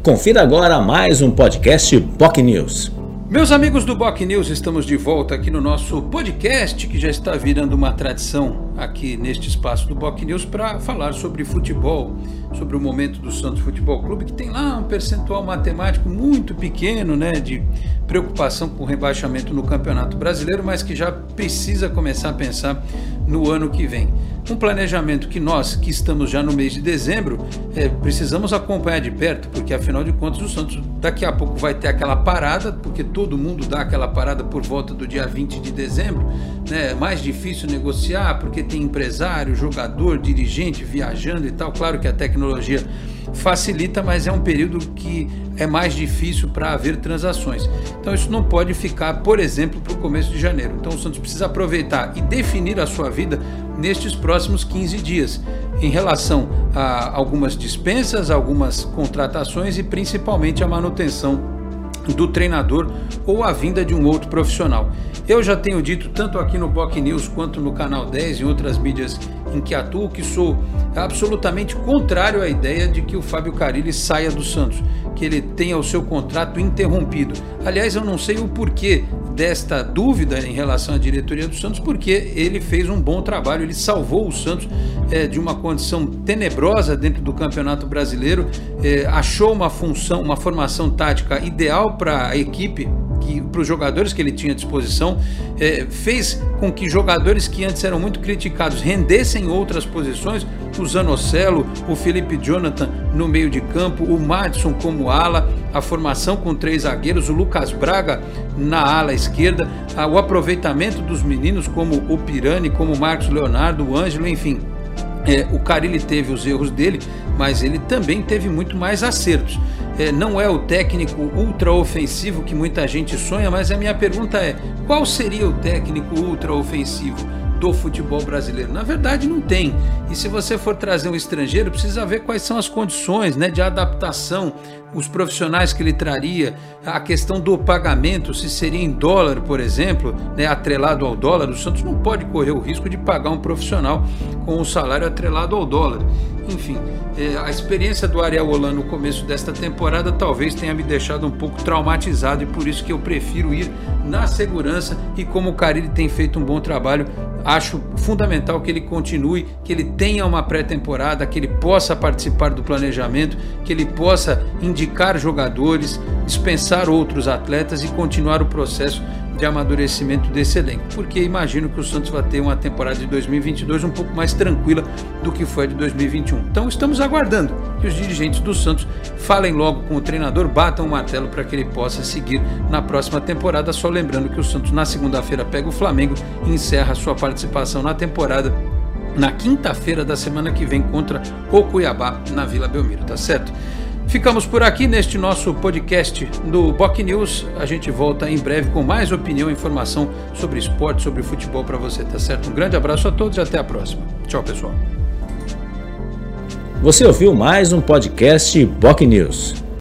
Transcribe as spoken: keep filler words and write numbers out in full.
Confira agora mais um podcast B O C News. Meus amigos do B O C News, estamos de volta aqui no nosso podcast, que já está virando uma tradição aqui neste espaço do B O C News, para falar sobre futebol, sobre o momento do Santos Futebol Clube, que tem lá um percentual matemático muito pequeno, né, de preocupação com o rebaixamento no Campeonato Brasileiro, mas que já precisa começar a pensar no ano que vem. Um planejamento que nós, que estamos já no mês de dezembro, é, precisamos acompanhar de perto, porque afinal de contas o Santos daqui a pouco vai ter aquela parada, porque todo mundo dá aquela parada por volta do dia vinte de dezembro, né? É mais difícil negociar, porque tem empresário, jogador, dirigente viajando e tal. Claro que a tecnologia facilita, mas é um período que é mais difícil para haver transações. Então isso não pode ficar, por exemplo, para o começo de janeiro. Então o Santos precisa aproveitar e definir a sua vida nestes próximos quinze dias, em relação a algumas dispensas, algumas contratações e principalmente a manutenção do treinador ou a vinda de um outro profissional. Eu já tenho dito, tanto aqui no B O C News quanto no Canal dez e em outras mídias em que atuo, que sou absolutamente contrário à ideia de que o Fábio Carille saia do Santos, que ele tenha o seu contrato interrompido. Aliás, eu não sei o porquê desta dúvida em relação à diretoria do Santos, porque ele fez um bom trabalho, ele salvou o Santos é, de uma condição tenebrosa dentro do Campeonato Brasileiro, é, achou uma função, uma formação tática ideal para a equipe, para os jogadores que ele tinha à disposição, é, fez com que jogadores que antes eram muito criticados rendessem outras posições, o Zanocelo, o Felipe Jonathan no meio de campo, o Madison como ala, a formação com três zagueiros, o Lucas Braga na ala esquerda, o aproveitamento dos meninos como o Pirani, como o Marcos Leonardo, o Ângelo, enfim. É, o Carille teve os erros dele, mas ele também teve muito mais acertos. É, não é o técnico ultra ofensivo que muita gente sonha, mas a minha pergunta é: qual seria o técnico ultra ofensivo do futebol brasileiro? Na verdade não tem, e se você for trazer um estrangeiro, precisa ver quais são as condições, né, de adaptação, os profissionais que ele traria, a questão do pagamento, se seria em dólar, por exemplo, né, atrelado ao dólar. O Santos não pode correr o risco de pagar um profissional com o salário atrelado ao dólar. Enfim, é, a experiência do Ariel Holan no começo desta temporada talvez tenha me deixado um pouco traumatizado, e por isso que eu prefiro ir na segurança, e como o Carille tem feito um bom trabalho, acho fundamental que ele continue, que ele tenha uma pré-temporada, que ele possa participar do planejamento, que ele possa indicar jogadores, dispensar outros atletas e continuar o processo de amadurecimento desse elenco, porque imagino que o Santos vai ter uma temporada de dois mil e vinte e dois um pouco mais tranquila do que foi a de dois mil e vinte e um. Então estamos aguardando que os dirigentes do Santos falem logo com o treinador, batam o martelo para que ele possa seguir na próxima temporada. Só lembrando que o Santos na segunda-feira pega o Flamengo e encerra sua participação na temporada na quinta-feira da semana que vem contra o Cuiabá na Vila Belmiro, tá certo? Ficamos por aqui neste nosso podcast do B O C News. A gente volta em breve com mais opinião e informação sobre esporte, sobre futebol para você, tá certo? Um grande abraço a todos e até a próxima. Tchau, pessoal. Você ouviu mais um podcast B O C News.